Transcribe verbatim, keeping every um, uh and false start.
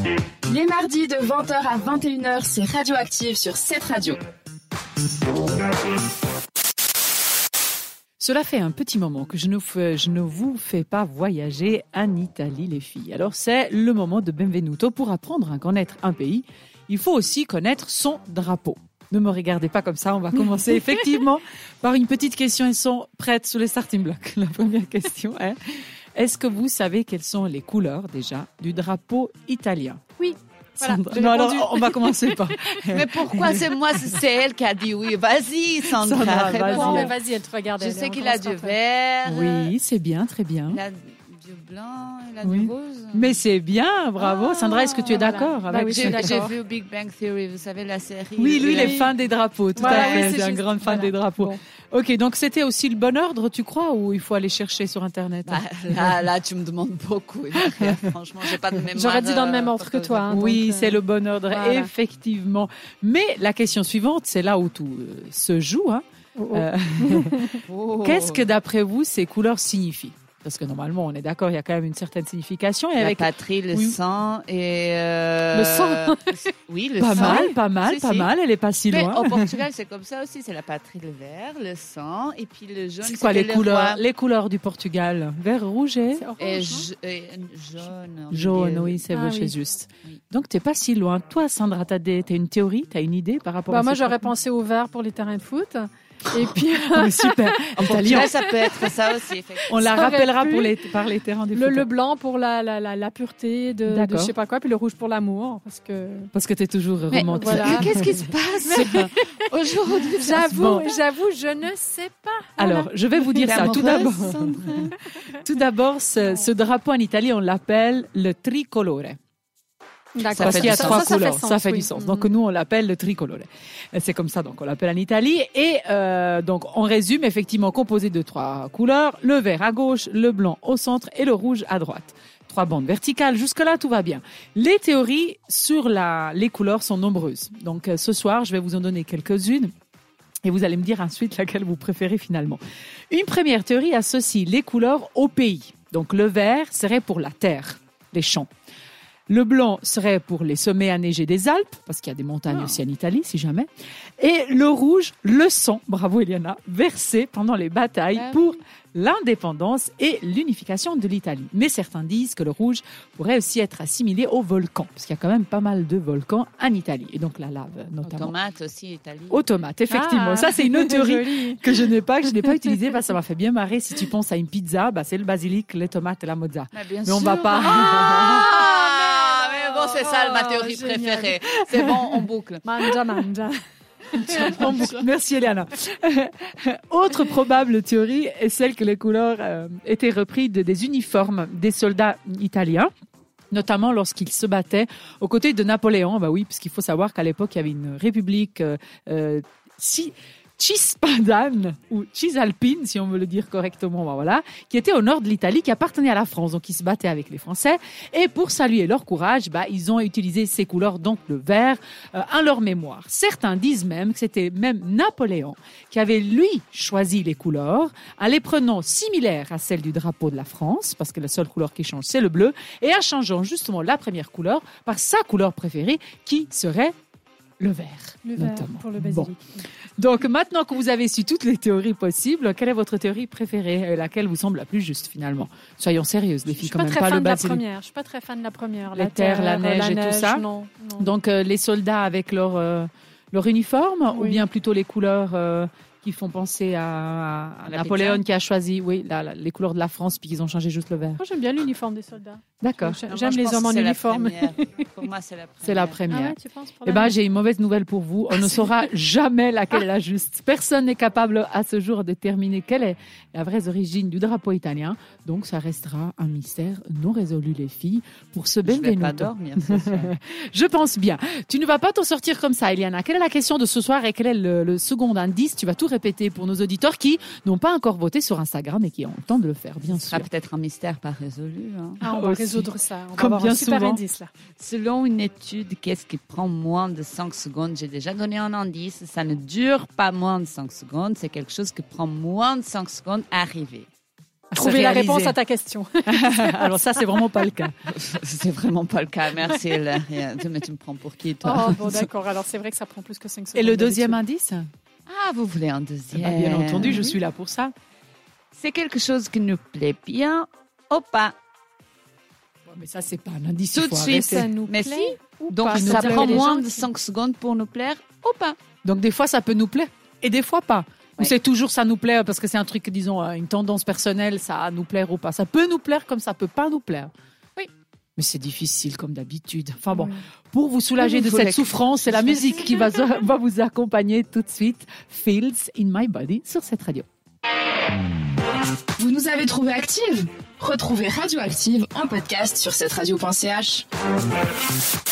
Les mardis de vingt heures à vingt et une heures, c'est Radioactive sur cette radio. Cela fait un petit moment que je ne, fais, je ne vous fais pas voyager en Italie, les filles. Alors, c'est le moment de Benvenuto. Pour apprendre à connaître un pays, il faut aussi connaître son drapeau. Ne me regardez pas comme ça, on va commencer effectivement par une petite question. Ils sont prêtes sur les starting blocks. La première question est, est-ce que vous savez quelles sont les couleurs déjà du drapeau italien? Oui. Voilà, non, alors, on va commencer par... Mais pourquoi c'est moi, c'est elle qui a dit oui? Vas-y, Sandra. Sandra, vas-y. Bon, mais vas-y, elle te regarde. Je elle, sais on qu'il a commence du par vert. Oui, c'est bien, très bien. Il a du blanc, il a Oui. du rose. Mais c'est bien, bravo. Ah, Sandra, est-ce que tu es voilà. d'accord Bah avec oui, ce- J'ai, d'accord. j'ai vu Big Bang Theory, vous savez, la série. Oui, lui, il est Oui. fan des drapeaux, tout Voilà, à fait. oui, c'est c'est un juste. grand fan Voilà. des drapeaux. Bon. Ok, donc c'était aussi le bon ordre, tu crois, ou il faut aller chercher sur Internet? Bah, là, là, tu me demandes beaucoup. Maria. Franchement, j'ai pas de mémoire. J'aurais dit dans le même euh, ordre que toi. hein, Oui, donc, euh, c'est le bon ordre, voilà. effectivement. Mais la question suivante, c'est là où tout euh, se joue. Hein. oh, oh. Euh, Oh. Qu'est-ce que, d'après vous, ces couleurs signifient? Parce que normalement, on est d'accord, il y a quand même une certaine signification. Et La avec patrie, le Oui. sang et... euh, Le sang Oui, le pas sang. mal, pas mal, Si, pas si. mal. Elle est pas si Mais loin. au Portugal, c'est comme ça aussi. C'est la patrie, le vert, le sang, et puis le jaune. C'est quoi c'était les le couleurs? roi. Les couleurs du Portugal? Vert, rouge et C'est orange, Et, non je- et jaune. au jaune. milieu. Oui, c'est Ah c'est oui. juste. Oui. Donc t'es pas si loin. Toi, Sandra, t'as des, t'as une théorie, t'as une idée par rapport Bah, à moi, ces j'aurais couleurs? pensé au vert pour les terrains de foot. Et puis, Oh, super. Au Italien. Portugal, ça peut être ça aussi, effectivement. On la Ça aurait rappellera pu. pour les, par les terrains du le, foot. le blanc pour la, la, la, la pureté de, de D'accord. je sais pas quoi, puis le rouge pour l'amour. Parce que Parce que t'es toujours Mais romantique. voilà. Qu'est-ce qui se passe aujourd'hui? j'avoue, Bon. j'avoue, je ne sais pas. Alors, je vais vous dire ça. Tout d'abord, tout d'abord, ce, ce drapeau en Italie, on l'appelle le tricolore. D'accord. Parce fait qu'il y a du trois ça, ça couleurs. fait sens, ça fait oui. du sens. Mhm. Donc, nous, on l'appelle le tricolore. Et c'est comme ça, donc, on l'appelle en Italie. Et euh, donc, on résume, effectivement, composé de trois couleurs. Le vert à gauche, le blanc au centre et le rouge à droite. Trois bandes verticales. Jusque-là, tout va bien. Les théories sur la, les couleurs sont nombreuses. Donc, euh, ce soir, je vais vous en donner quelques-unes. Et vous allez me dire ensuite laquelle vous préférez finalement. Une première théorie associe les couleurs au pays. Donc, le vert serait pour la terre, les champs. Le blanc serait pour les sommets enneigés des Alpes, parce qu'il y a des montagnes Ah. aussi en Italie, si jamais. Et le rouge, le sang, bravo Eliana, versé pendant les batailles Ah oui. pour l'indépendance et l'unification de l'Italie. Mais certains disent que le rouge pourrait aussi être assimilé au volcan, parce qu'il y a quand même pas mal de volcans en Italie, et donc la lave notamment. Tomate aussi, Italie. Aux tomates, effectivement. Ah. Ça, c'est une autre théorie Joli. que je n'ai pas, que je n'ai pas utilisée, parce que ça m'a fait bien marrer. Si tu penses à une pizza, bah, c'est le basilic, les tomates et la mozza. Mais, bien Mais on sûr. va pas. Ah, mais bon, c'est ça ma Oh, théorie génial. préférée. C'est bon, on boucle. Manja, manja. En boucle. Merci Eliana. Autre probable théorie est celle que les couleurs euh, étaient reprises de, des uniformes des soldats italiens, notamment lorsqu'ils se battaient aux côtés de Napoléon. Bah oui, parce qu'il faut savoir qu'à l'époque, il y avait une république euh, euh, si Cispadane ou Cisalpine, si on veut le dire correctement, bah voilà, qui était au nord de l'Italie, qui appartenait à la France, donc ils se battaient avec les Français. Et pour saluer leur courage, bah, ils ont utilisé ces couleurs, donc le vert, euh, en leur mémoire. Certains disent même que c'était même Napoléon qui avait, lui, choisi les couleurs, en les prenant similaires à celles du drapeau de la France, parce que la seule couleur qui change, c'est le bleu, et en changeant justement la première couleur par sa couleur préférée, qui serait le vert, Le vert notamment. pour le Bon. basilic. Donc maintenant que vous avez su toutes les théories possibles, quelle est votre théorie préférée et laquelle vous semble la plus juste finalement? Soyons sérieuses, les Je filles, suis quand pas même très pas fan le de la basilic. première. Je suis pas très fan de la première. Les terres, la neige et tout ça. Non, non. Donc euh, les soldats avec leur euh, leur uniforme ou Oui. bien plutôt les couleurs euh, qui font penser à, à La Napoléon pizza. qui a choisi, oui, la- la- les couleurs de la France puis qu'ils ont changé juste le vert. Moi, j'aime bien l'uniforme des soldats. D'accord. J'aime Non, j'aime moi, je les pense hommes que en c'est la uniforme. première. Pour moi, c'est la première. C'est la Ah première. ouais, tu penses pour Eh la ben, neige j'ai une mauvaise nouvelle pour vous. On ne saura jamais laquelle est la juste. Personne n'est capable à ce jour de déterminer quelle est la vraie origine du drapeau italien. Donc, ça restera un mystère non résolu, les filles, pour ce Je vais pas Benvenuto. dormir ce soir. Je pense bien. Tu ne vas pas t'en sortir comme ça, Eliana. Quelle est la question de ce soir et quel est le, le second indice? Tu vas tout répéter pour nos auditeurs qui n'ont pas encore voté sur Instagram et qui ont le temps de le faire, bien Ce sera sûr. peut-être un mystère pas résolu. hein. Ah, on va Aussi. résoudre ça. On va Comme avoir bien un super souvent. indice là. Selon une étude, qu'est-ce qui prend moins de cinq secondes? J'ai déjà donné un indice. Ça ne dure pas moins de cinq secondes. C'est quelque chose qui prend moins de cinq secondes à arriver. trouver la réaliser. réponse à ta question. Alors ça, c'est vraiment pas le cas. C'est vraiment pas le cas. Merci, Hélène. Mais tu me prends pour qui, toi? Oh, bon, d'accord. Alors, c'est vrai que ça prend plus que cinq secondes. Et le deuxième d'habitude. indice? Ah, vous voulez un deuxième? Bah, bien entendu, je suis là pour ça. C'est quelque chose qui nous plaît bien ou pas? Ouais, mais ça, c'est pas un indice. Tout il de faut suite. arrêter. Ça nous Mais plaît si. ou Donc, pas? ça C'est-à-dire prend qu'il y a des moins gens de qui- cinq secondes pour nous plaire ou pas? Donc, des fois, ça peut nous plaire et des fois pas. Ou Ouais. c'est toujours ça nous plaît parce que c'est un truc, disons, euh, une tendance personnelle, ça nous plaire ou pas. Ça peut nous plaire comme ça peut pas nous plaire. Oui. Mais c'est difficile comme d'habitude. Enfin bon, Oui. pour vous soulager Vous de voulez cette que- souffrance, c'est la musique qui va, va vous accompagner tout de suite. Feels in my body sur cette radio. Vous nous avez trouvé active? Retrouvez Radioactive en podcast sur cette radio point c h.